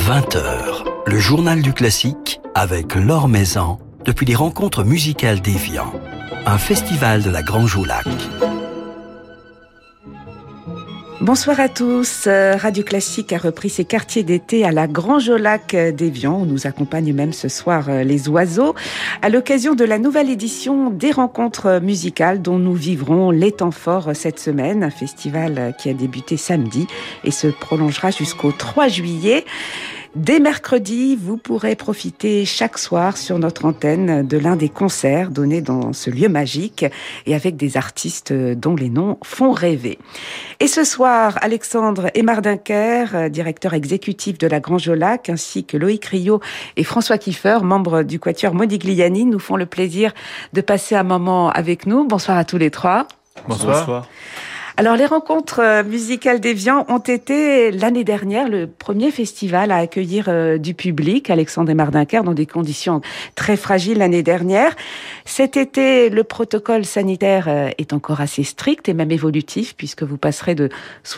20h, le journal du classique avec Laure Maison depuis les rencontres musicales d'Évian, un festival de la Grange au Lac. Bonsoir à tous. Radio Classique a repris ses quartiers d'été à la Grange au Lac d'Évian, où nous accompagnent même ce soir les oiseaux, à l'occasion de la nouvelle édition des rencontres musicales dont nous vivrons les temps forts cette semaine. Un festival qui a débuté samedi et se prolongera jusqu'au 3 juillet. Dès mercredi, vous pourrez profiter chaque soir sur notre antenne de l'un des concerts donnés dans ce lieu magique et avec des artistes dont les noms font rêver. Et ce soir, Alexandre Emardinker, directeur exécutif de la Grange au Lac, ainsi que Loïc Rio et François Kiefer, membres du quatuor Modigliani, nous font le plaisir de passer un moment avec nous. Bonsoir à tous les trois. Bonsoir. Alors, les rencontres musicales d'Évian ont été, l'année dernière, le premier festival à accueillir du public, Alexandre Emardinker, dans des conditions très fragiles l'année dernière. Cet été, le protocole sanitaire est encore assez strict et même évolutif, puisque vous passerez de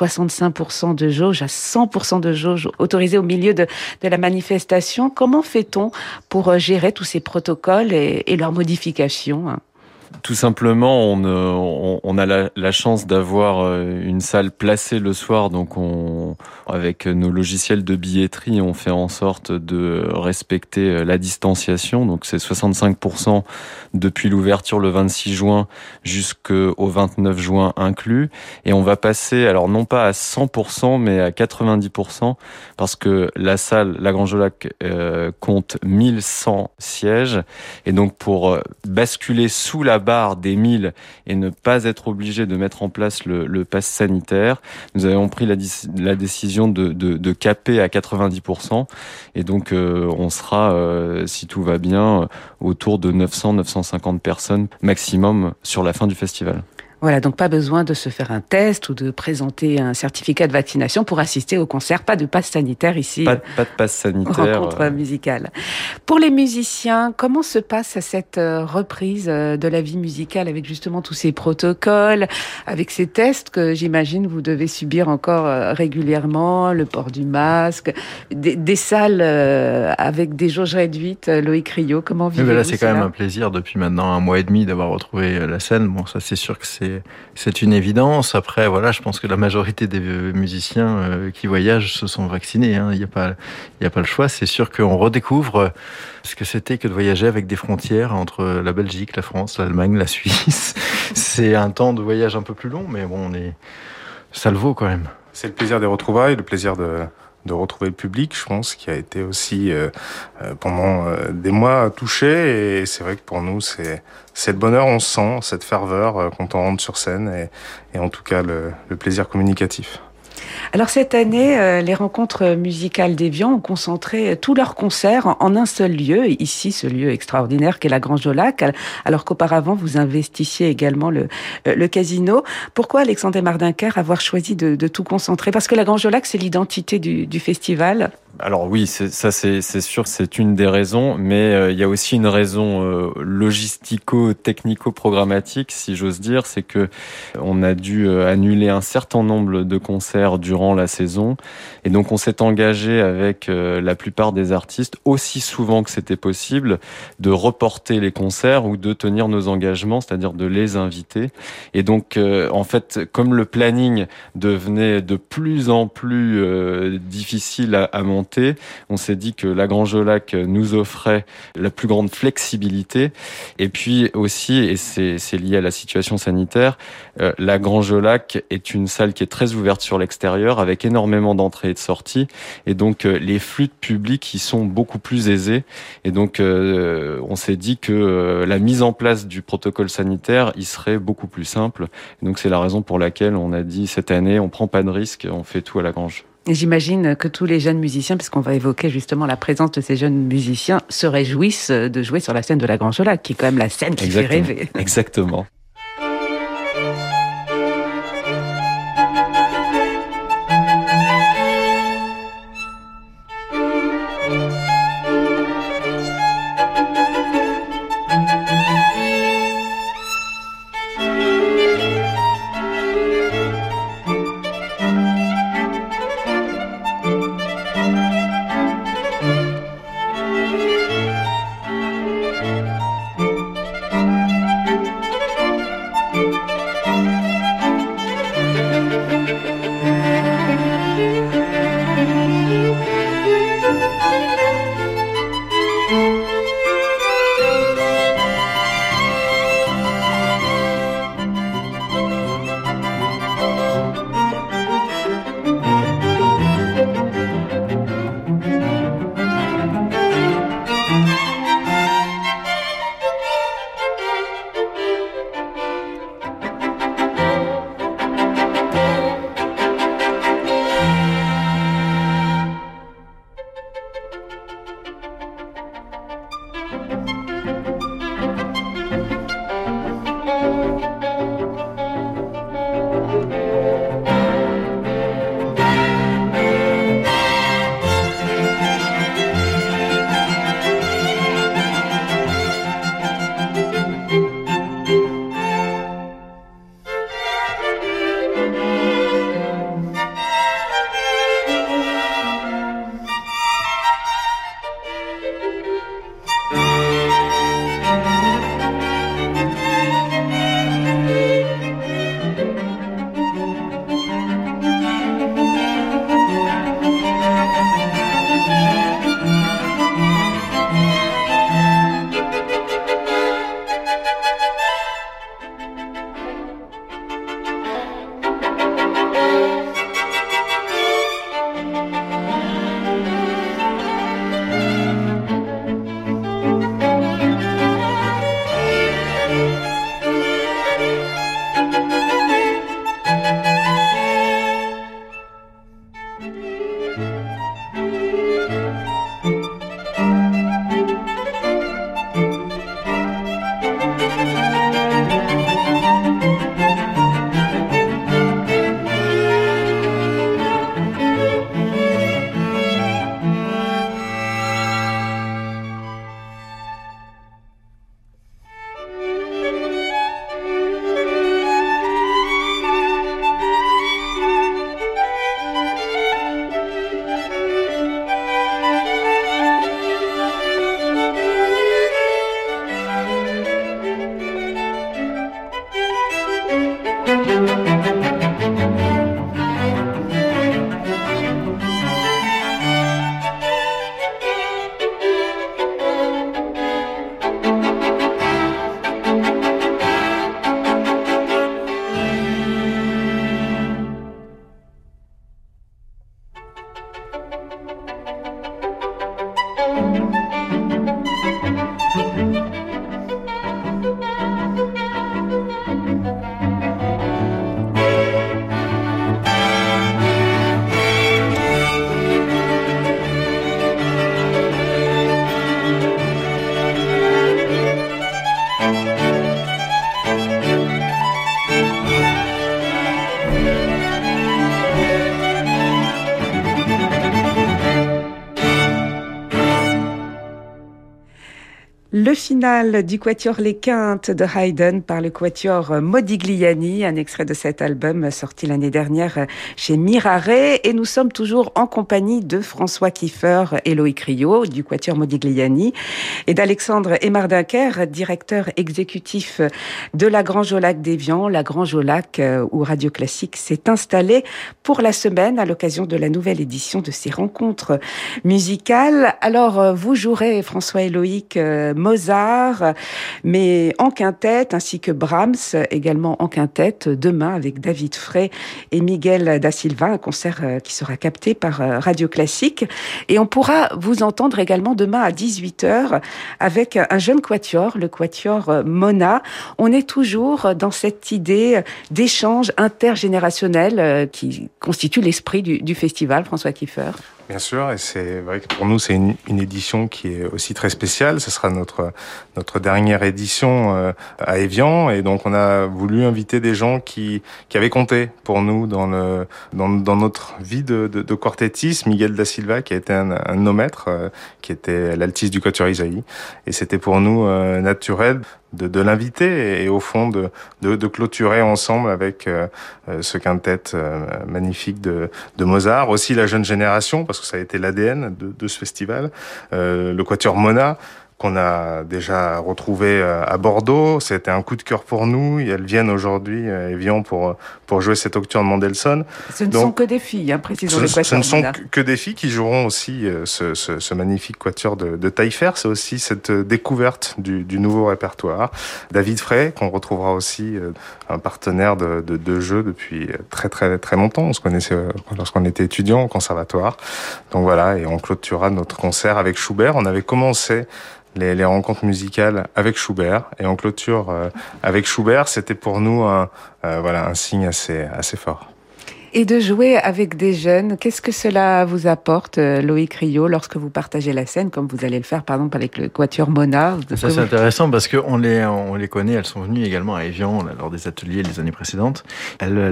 65% de jauge à 100% de jauge autorisée au milieu de la manifestation. Comment fait-on pour gérer tous ces protocoles et leurs modifications ? Tout simplement, on a la chance d'avoir une salle placée le soir, donc avec nos logiciels de billetterie, on fait en sorte de respecter la distanciation. Donc c'est 65% depuis l'ouverture le 26 juin jusqu'au 29 juin inclus. Et on va passer, alors non pas à 100%, mais à 90%, parce que la salle, la Grange au Lac, compte 1100 sièges. Et donc pour basculer sous la barre des 1000 et ne pas être obligé de mettre en place le pass sanitaire, nous avons pris la décision de caper à 90%, et donc on sera, si tout va bien, autour de 900-950 personnes maximum sur la fin du festival. Voilà, donc pas besoin de se faire un test ou de présenter un certificat de vaccination pour assister au concert. Pas de passe sanitaire ici. Pas de passe sanitaire. Rencontre musicale. Pour les musiciens, comment se passe cette reprise de la vie musicale avec justement tous ces protocoles, avec ces tests que j'imagine vous devez subir encore régulièrement, le port du masque, des salles avec des jauges réduites. Loïc Rio, comment vivez-vous là, c'est cela ? quand même un plaisir depuis maintenant 1 mois et demi d'avoir retrouvé la scène. Bon, ça c'est sûr que c'est une évidence. Après, voilà, je pense que la majorité des musiciens qui voyagent se sont vaccinés. Hein. Il n'y a pas le choix. C'est sûr qu'on redécouvre ce que c'était que de voyager avec des frontières entre la Belgique, la France, l'Allemagne, la Suisse. C'est un temps de voyage un peu plus long, mais bon, ça le vaut quand même. C'est le plaisir des retrouvailles, le plaisir de retrouver le public, je pense, qui a été aussi pendant des mois touché, et c'est vrai que pour nous c'est le bonheur, on sent cette ferveur quand on rentre sur scène, et en tout cas le plaisir communicatif. Alors cette année, les rencontres musicales d'Évian ont concentré tous leurs concerts en un seul lieu, ici ce lieu extraordinaire qu'est la Grange au Lac, alors qu'auparavant vous investissiez également le casino. Pourquoi, Alexandre Emardinker, avoir choisi de tout concentrer ? Parce que la Grange au Lac, c'est l'identité du festival. Alors oui, c'est sûr, c'est une des raisons, mais il y a aussi une raison logistico-technico-programmatique, si j'ose dire, c'est que on a dû annuler un certain nombre de concerts durant la saison, et donc on s'est engagé avec la plupart des artistes, aussi souvent que c'était possible, de reporter les concerts ou de tenir nos engagements, c'est-à-dire de les inviter. Et donc en fait, comme le planning devenait de plus en plus difficile à monter, on s'est dit que la Grange au Lac nous offrait la plus grande flexibilité. Et puis aussi, et c'est lié à la situation sanitaire, la Grange au Lac est une salle qui est très ouverte sur l'extérieur, avec énormément d'entrées et de sorties. Et donc, les flux de public y sont beaucoup plus aisés. Et donc, on s'est dit que la mise en place du protocole sanitaire y serait beaucoup plus simple. Et donc, c'est la raison pour laquelle on a dit cette année, on prend pas de risque, on fait tout à la Grange. Et j'imagine que tous les jeunes musiciens, puisqu'on va évoquer justement la présence de ces jeunes musiciens, se réjouissent de jouer sur la scène de la Grange au Lac, qui est quand même la scène qui fait rêver. Exactement. Le final du Quatuor Les Quintes de Haydn par le Quatuor Modigliani, un extrait de cet album sorti l'année dernière chez Mirare. Et nous sommes toujours en compagnie de François Kiefer et Loïc Rio du Quatuor Modigliani et d'Alexandre Emardincker, directeur exécutif de la Grange au Lac d'Évian, la Grange au Lac où Radio Classique s'est installée pour la semaine à l'occasion de la nouvelle édition de ces rencontres musicales. Alors, vous jouerez, François et Loïc, Mozart, mais en quintette, ainsi que Brahms, également en quintette, demain avec David Frey et Miguel da Silva, un concert qui sera capté par Radio Classique. Et on pourra vous entendre également demain à 18h avec un jeune quatuor, le quatuor Mona. On est toujours dans cette idée d'échange intergénérationnel qui constitue l'esprit du festival, François Kiefer. Bien sûr, et c'est vrai que pour nous, c'est une édition qui est aussi très spéciale. Ce sera notre dernière édition à Évian, et donc on a voulu inviter des gens qui avaient compté pour nous dans notre vie de quartettiste. Miguel da Silva, qui a été un de nos maîtres, qui était l'altiste du Quatuor Isaïe, et c'était pour nous naturel de l'inviter et au fond de clôturer ensemble avec ce quintet magnifique de Mozart, aussi la jeune génération, parce que ça a été l'ADN de ce festival, le Quatuor Mona, qu'on a déjà retrouvé à Bordeaux. C'était un coup de cœur pour nous. Elles viennent aujourd'hui à Évian pour jouer cette nocturne Mendelssohn. Ce ne sont que des filles, précisons. Ce ne sont que des filles qui joueront aussi ce magnifique quatuor de Taillefer. C'est aussi cette découverte du nouveau répertoire. David Frey, qu'on retrouvera aussi, un partenaire de jeu depuis très très très longtemps. On se connaissait lorsqu'on était étudiant au conservatoire. Donc voilà, et on clôturera notre concert avec Schubert. On avait commencé les rencontres musicales avec Schubert, et en clôture avec Schubert, c'était pour nous un signe assez fort. Et de jouer avec des jeunes, qu'est-ce que cela vous apporte, Loïc Rio, lorsque vous partagez la scène, comme vous allez le faire, par exemple, avec le Quatuor Mona? Ça, c'est intéressant parce qu'on les connaît. Elles sont venues également à Évian lors des ateliers les années précédentes. Elles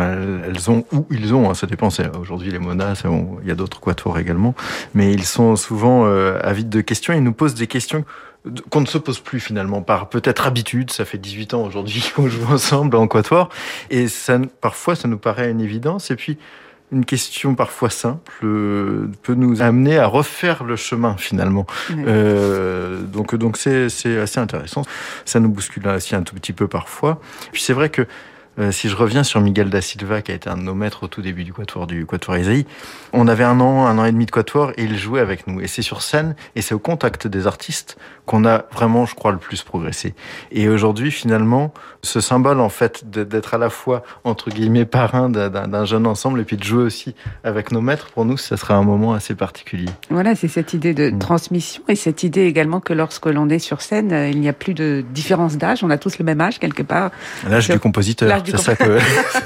ont où ils ont, ça dépend. Aujourd'hui, les Mona, il y a d'autres quatuors également, mais ils sont souvent avides de questions. Ils nous posent des questions qu'on ne se pose plus finalement, par peut-être habitude. Ça fait 18 ans aujourd'hui qu'on joue ensemble en quatuor, et parfois ça nous paraît une évidence, et puis une question parfois simple peut nous amener à refaire le chemin finalement. Oui. Donc c'est assez intéressant. Ça nous bouscule aussi un tout petit peu parfois. Puis c'est vrai que si je reviens sur Miguel da Silva, qui a été un de nos maîtres au tout début du Quatuor Isaïe, on avait un an et demi de Quatuor, et il jouait avec nous. Et c'est sur scène, et c'est au contact des artistes qu'on a vraiment, je crois, le plus progressé. Et aujourd'hui, finalement, ce symbole, en fait, d'être à la fois, entre guillemets, parrain d'un jeune ensemble, et puis de jouer aussi avec nos maîtres, pour nous, ça sera un moment assez particulier. Voilà, c'est cette idée de transmission, et cette idée également que lorsque l'on est sur scène, il n'y a plus de différence d'âge, on a tous le même âge, quelque part. L'âge du compositeur. C'est ça que...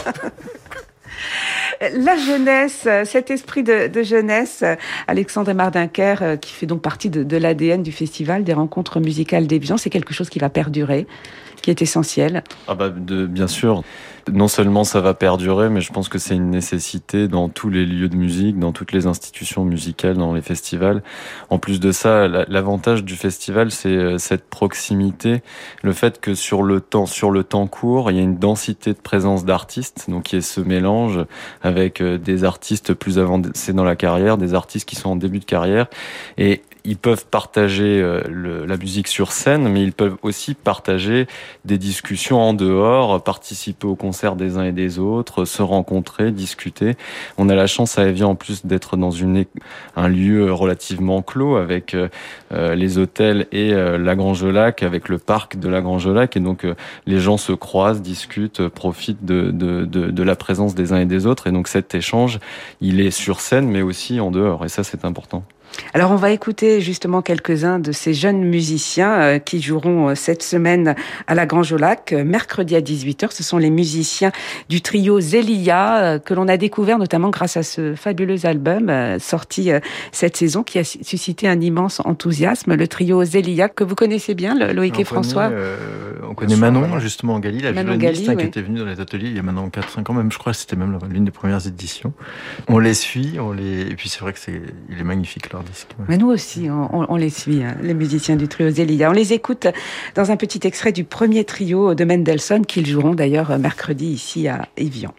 La jeunesse, cet esprit de jeunesse, Alexandre Emardincker, qui fait donc partie de l'ADN du festival des rencontres musicales d'Évian, c'est quelque chose qui va perdurer, qui est essentiel. Bien sûr. Non seulement ça va perdurer, mais je pense que c'est une nécessité dans tous les lieux de musique, dans toutes les institutions musicales, dans les festivals. En plus de ça, l'avantage du festival, c'est cette proximité, le fait que sur le temps court, il y a une densité de présence d'artistes, donc il y a ce mélange avec des artistes plus avancés dans la carrière, des artistes qui sont en début de carrière, et ils peuvent partager la musique sur scène, mais ils peuvent aussi partager des discussions en dehors, participer au concert des uns et des autres, se rencontrer, discuter. On a la chance à Évian en plus d'être dans un lieu relativement clos avec les hôtels et la Grange au Lac, avec le parc de la Grange au Lac, et donc les gens se croisent, discutent, profitent de la présence des uns et des autres, et donc cet échange, il est sur scène mais aussi en dehors, et ça c'est important. Alors on va écouter justement quelques-uns de ces jeunes musiciens qui joueront cette semaine à la Grange au Lac, mercredi à 18h. Ce sont les musiciens du trio Zelia que l'on a découvert notamment grâce à ce fabuleux album sorti cette saison qui a suscité un immense enthousiasme. Le trio Zelia que vous connaissez bien, Loïc et François. On connaît Manon justement Gali, la violoniste qui était venue dans les ateliers il y a maintenant 4-5 ans même, je crois que c'était même l'une des premières éditions. On les suit, et puis c'est vrai que il est magnifique leur disque. Ouais. Mais nous aussi, on les suit, hein, les musiciens du trio Zelia. On les écoute dans un petit extrait du premier trio de Mendelssohn qu'ils joueront d'ailleurs mercredi ici à Évian.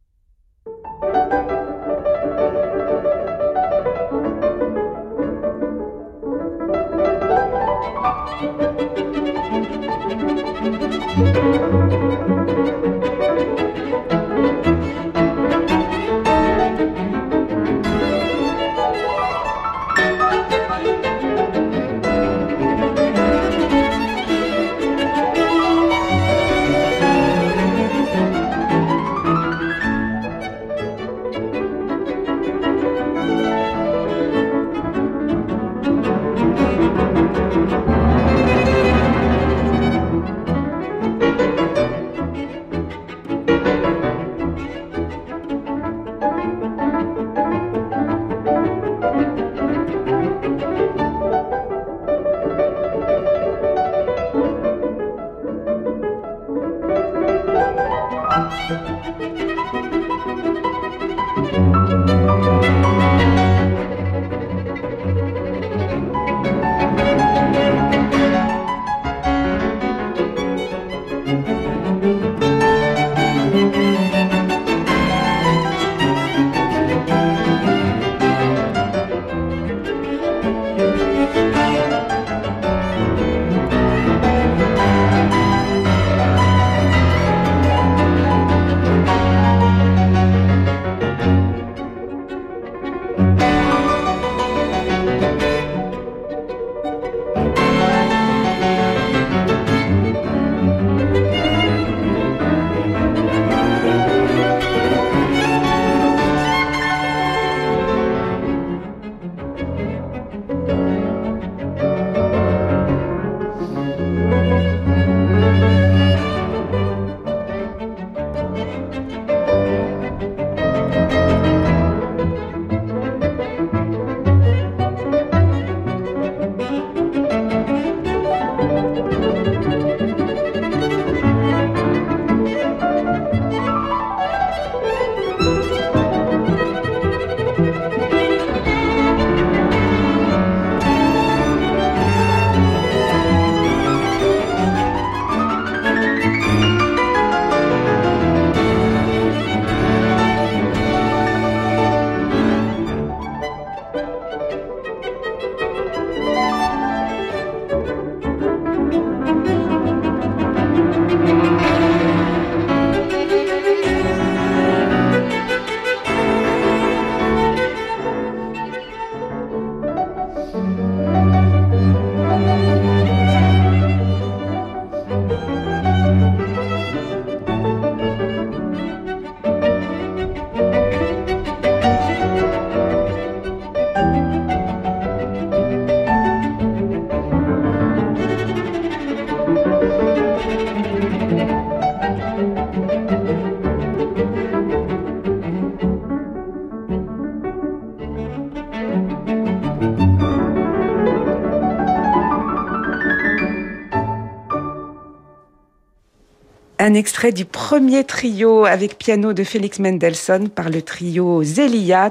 Un extrait du premier trio avec piano de Félix Mendelssohn par le trio Zelia,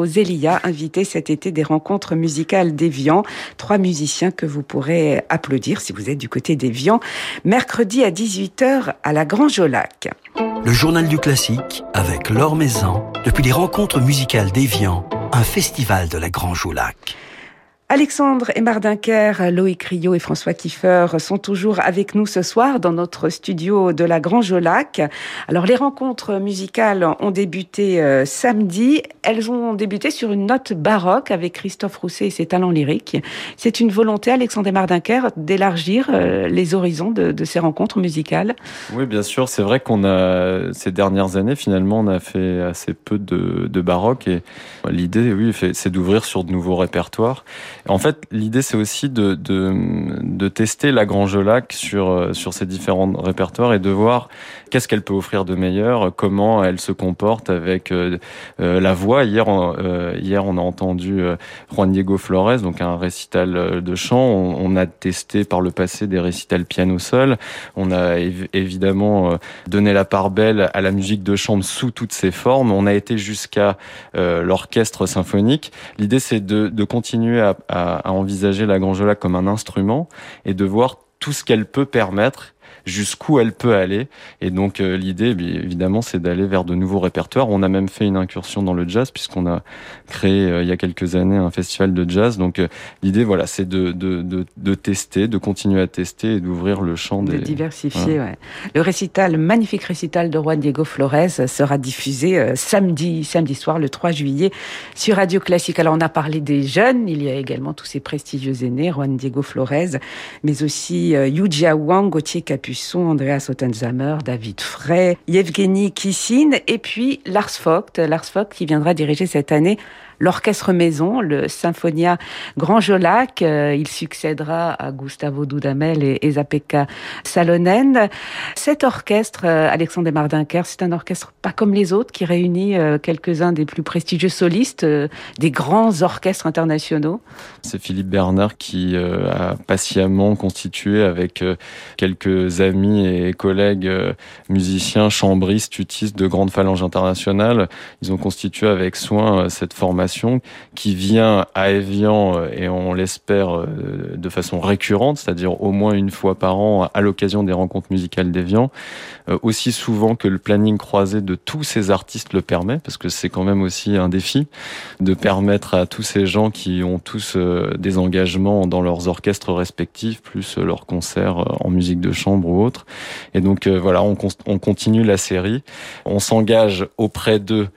invité cet été des rencontres musicales d'Évian. 3 musiciens que vous pourrez applaudir si vous êtes du côté d'Évian, mercredi à 18h à la Grange au Lac. Le journal du classique avec Laure Maison, depuis les rencontres musicales d'Évian, un festival de la Grange au Lac. Alexandre Aymard-Duncker, Loïc Rio et François Kiefer sont toujours avec nous ce soir dans notre studio de la Grange au Lac. Alors, les rencontres musicales ont débuté samedi. Elles ont débuté sur une note baroque avec Christophe Rousset et ses talents lyriques. C'est une volonté, Alexandre Aymard-Duncker, d'élargir les horizons de ces rencontres musicales. Oui, bien sûr. C'est vrai qu'on a, ces dernières années, finalement, on a fait assez peu de baroque. Et l'idée, oui, c'est d'ouvrir sur de nouveaux répertoires. En fait, l'idée, c'est aussi de tester la Grange au Lac sur ces différents répertoires et de voir qu'est-ce qu'elle peut offrir de meilleur, comment elle se comporte avec la voix. Hier, on a entendu Juan Diego Flores, donc un récital de chant. On a testé par le passé des récitals piano-seul. On a évidemment donné la part belle à la musique de chambre sous toutes ses formes. On a été jusqu'à l'orchestre symphonique. L'idée, c'est de continuer à envisager la Grange au Lac comme un instrument et de voir tout ce qu'elle peut permettre, jusqu'où elle peut aller. Et donc l'idée, évidemment, c'est d'aller vers de nouveaux répertoires. On a même fait une incursion dans le jazz, puisqu'on a créé il y a quelques années un festival de jazz. Donc l'idée, voilà, c'est de tester, de continuer à tester et d'ouvrir le champ de diversifier. Ouais. Le magnifique récital de Juan Diego Flores sera diffusé samedi soir, le 3 juillet, sur Radio Classique. Alors on a parlé des jeunes, il y a également tous ces prestigieux aînés, Juan Diego Flores, mais aussi Yujia Wang, Gauthier Capuçon, Andreas Ottenzamer, David Frey, Yevgeny Kissin, et puis Lars Vogt qui viendra diriger cette année l'orchestre maison, le Symphonia Grange au Lac. Il succédera à Gustavo Dudamel et Esa-Pekka Salonen. Cet orchestre, Alexandre Desmardinckers, c'est un orchestre pas comme les autres qui réunit quelques-uns des plus prestigieux solistes, des grands orchestres internationaux. C'est Philippe Bernard qui a patiemment constitué avec quelques amis et collègues musiciens, chambristes, utistes de grandes phalanges internationales. Ils ont constitué avec soin cette formation qui vient à Évian, et on l'espère de façon récurrente, c'est-à-dire au moins une fois par an à l'occasion des rencontres musicales d'Évian, aussi souvent que le planning croisé de tous ces artistes le permet, parce que c'est quand même aussi un défi de permettre à tous ces gens qui ont tous des engagements dans leurs orchestres respectifs, plus leurs concerts en musique de chambre ou autre. Et donc voilà, on continue la série, on s'engage auprès d'eux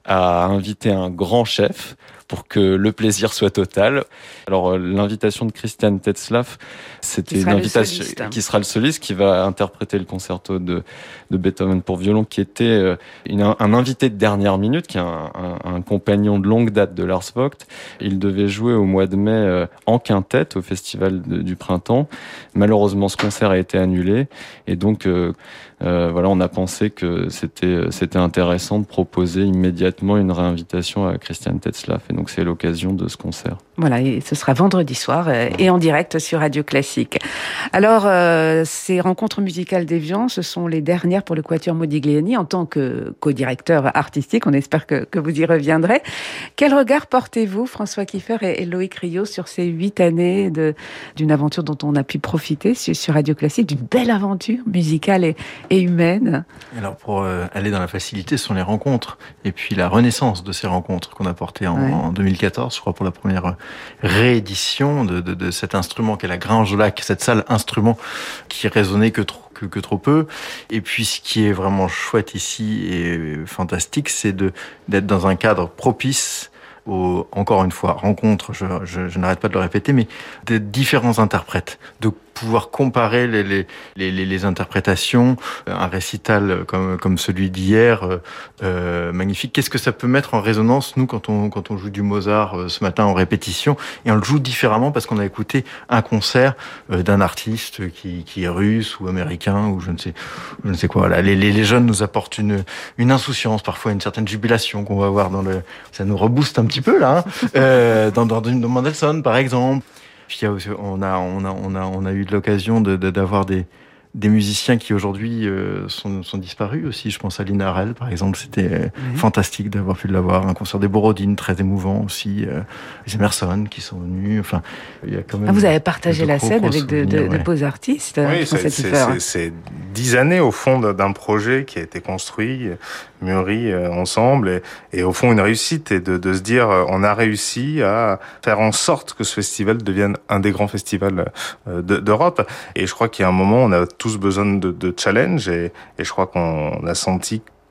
à inviter un grand chef pour que le plaisir soit total. Alors l'invitation de Christian Tetzlaff, c'était une invitation qui sera le soliste, qui va interpréter le concerto de Beethoven pour violon, qui était un invité de dernière minute, qui est un compagnon de longue date de Lars Vogt. Il devait jouer au mois de mai en quintette au festival du printemps. Malheureusement, ce concert a été annulé, et donc voilà, on a pensé que c'était intéressant de proposer immédiatement une réinvitation à Christian Tetzlaff, et donc c'est l'occasion de ce concert. Voilà, et ce sera vendredi soir et en direct sur Radio Classique. Alors, ces rencontres musicales d'Évian, ce sont les dernières pour le Quatuor Modigliani en tant que co-directeur artistique. On espère que vous y reviendrez. Quel regard portez-vous, François Kiefer et Loïc Rio, sur ces 8 années d'une aventure dont on a pu profiter sur Radio Classique, d'une belle aventure musicale et humaine? Alors, pour aller dans la facilité, ce sont les rencontres. Et puis la renaissance de ces rencontres qu'on a portées en 2014, je crois, pour la première réédition de cet instrument qu'est la Grange au Lac, cette salle instrument qui résonnait que trop peu. Et puis ce qui est vraiment chouette ici et fantastique, c'est d'être dans un cadre propice aux, encore une fois, rencontres, je n'arrête pas de le répéter, mais de différents interprètes, de pouvoir comparer les interprétations, un récital comme celui d'hier, magnifique. Qu'est-ce que ça peut mettre en résonance, nous, quand on joue du Mozart ce matin en répétition, et on le joue différemment parce qu'on a écouté un concert d'un artiste qui est russe ou américain ou je ne sais quoi. Voilà. Les jeunes nous apportent une insouciance, parfois une certaine jubilation qu'on va voir ça nous rebooste un petit peu là, dans Mendelssohn par exemple. Puis il y a aussi, on a eu l'occasion d'avoir des musiciens qui aujourd'hui sont disparus aussi. Je pense à Lina Harel, par exemple. C'était fantastique d'avoir pu l'avoir. Un concert des Borodine, très émouvant aussi. Les Emerson qui sont venus. Enfin, il y a quand même. Vous avez partagé la scène avec de beaux artistes. Oui, c'est 10 années au fond d'un projet qui a été construit, mûri ensemble, et au fond une réussite, et de se dire on a réussi à faire en sorte que ce festival devienne un des grands festivals d'Europe. Et je crois qu'il y a un moment, on a tous besoin de challenge, et je crois qu'on a senti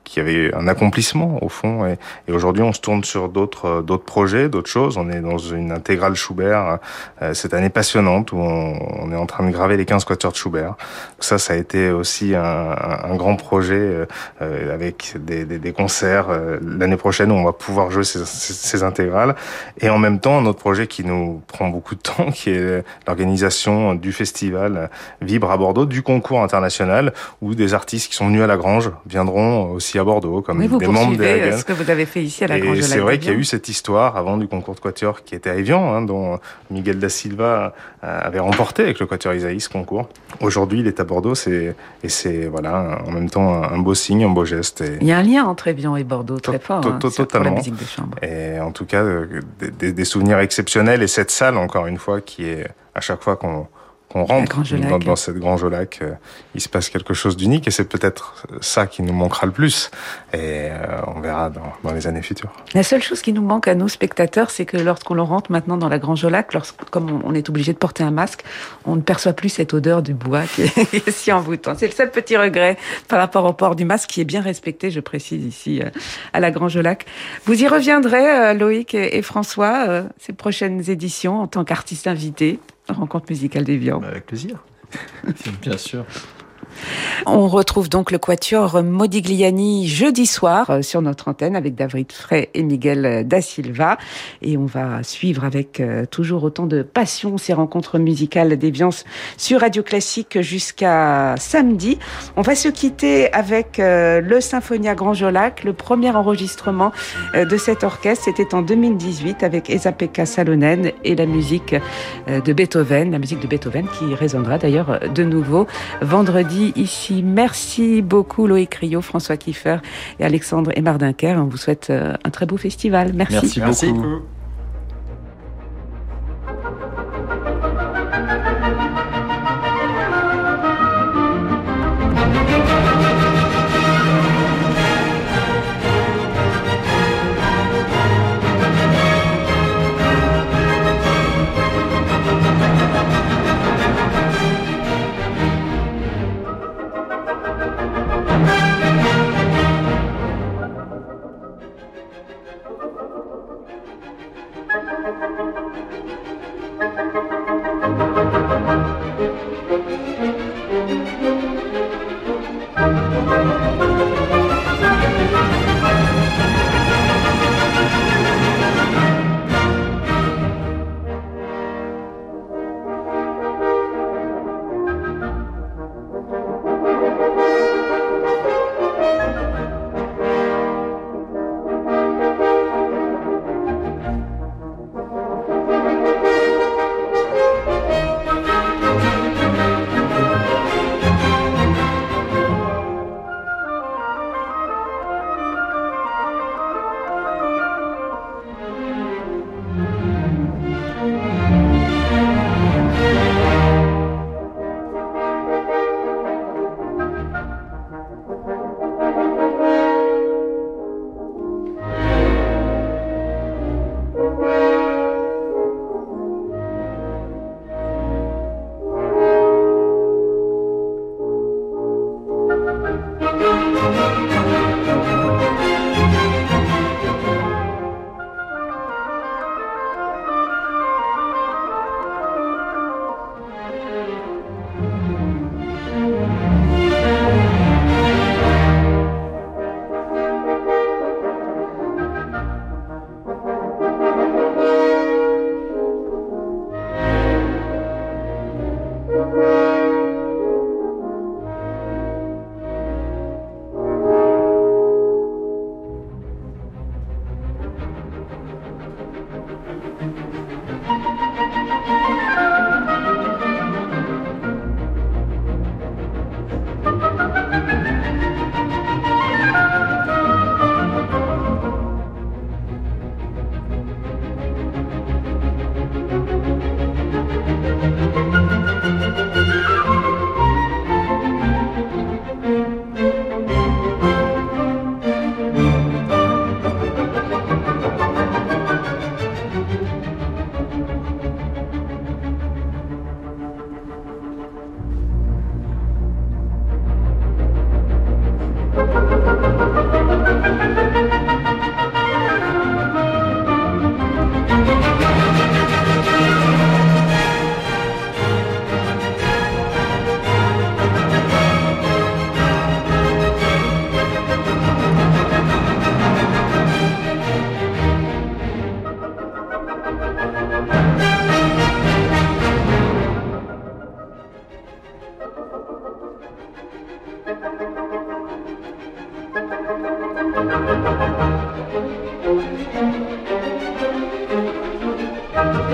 qu'il y avait un accomplissement au fond. Et aujourd'hui, on se tourne sur d'autres projets, d'autres choses. On est dans une intégrale Schubert cette année passionnante où on est en train de graver les 15 quatuors de Schubert. Ça a été aussi un grand projet avec des concerts l'année prochaine où on va pouvoir jouer ces intégrales. Et en même temps, un autre projet qui nous prend beaucoup de temps, qui est l'organisation du festival Vibre à Bordeaux, du concours international, où des artistes qui sont venus à la Grange viendront aussi à Bordeaux, comme oui, des membres de ce que vous avez fait ici à la Grange. Et c'est vrai qu'il y a eu cette histoire avant du concours de quatuor qui était à Évian, dont Miguel da Silva avait remporté avec le quatuor Isaïe ce concours. Aujourd'hui, il est à Bordeaux, c'est voilà, en même temps un beau signe, un beau geste. Et il y a un lien entre Évian et Bordeaux très fort, totalement. Pour la musique de chambre. Et en tout cas, des souvenirs exceptionnels, et cette salle, encore une fois, qui est à chaque fois qu'on rentre dans cette Grange au Lac, il se passe quelque chose d'unique, et c'est peut-être ça qui nous manquera le plus, et on verra dans les années futures. La seule chose qui nous manque à nous spectateurs, c'est que lorsqu'on rentre maintenant dans la Grange au Lac, comme on est obligé de porter un masque, on ne perçoit plus cette odeur du bois qui est si envoûtant. C'est le seul petit regret par rapport au port du masque, qui est bien respecté, je précise, ici à la Grange au Lac. Vous y reviendrez, Loïc et François, ces prochaines éditions en tant qu'artiste invité. Rencontre musicale d'Évian. Avec plaisir. Bien sûr. On retrouve donc le quatuor Modigliani jeudi soir sur notre antenne avec David Frey et Miguel da Silva. Et on va suivre avec toujours autant de passion ces rencontres musicales d'Évian sur Radio Classique jusqu'à samedi. On va se quitter avec le Symphonia Grange au Lac. Le premier enregistrement de cet orchestre, c'était en 2018 avec Esa-Pekka Salonen et la musique de Beethoven. La musique de Beethoven qui résonnera d'ailleurs de nouveau vendredi ici. Merci beaucoup Loïc Rio, François Kiefer et Alexandre Emardinker. On vous souhaite un très beau festival. Merci. Merci beaucoup.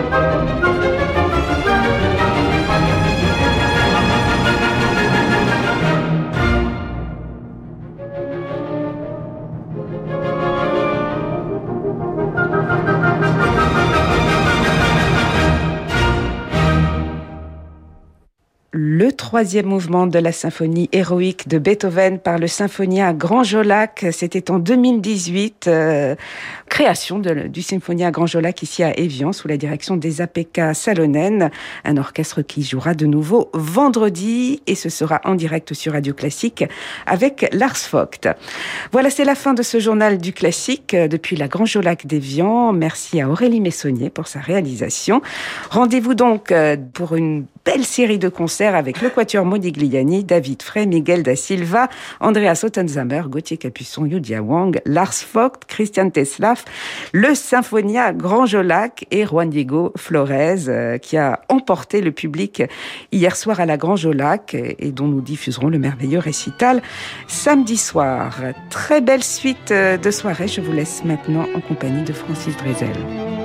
Le troisième mouvement de la symphonie héroïque de Beethoven par le Symphonia Grand Jolac, c'était en 2018, création du Symphonia Grand Jolac ici à Évian sous la direction d'Esa-Pekka Salonen, un orchestre qui jouera de nouveau vendredi et ce sera en direct sur Radio Classique avec Lars Vogt. Voilà, c'est la fin de ce journal du classique depuis la Grand Jolac d'Évian. Merci à Aurélie Messonnier pour sa réalisation. Rendez-vous donc pour une belle série de concerts avec le Quatuor Modigliani, David Frey, Miguel da Silva, Andreas Ottenzamer, Gauthier Capuçon, Yudia Wang, Lars Vogt, Christian Tetzlaff, le Symphonia Grand Jolac et Juan Diego Flores qui a emporté le public hier soir à la Grand Jolac et dont nous diffuserons le merveilleux récital samedi soir. Très belle suite de soirée. Je vous laisse maintenant en compagnie de Francis Drezel.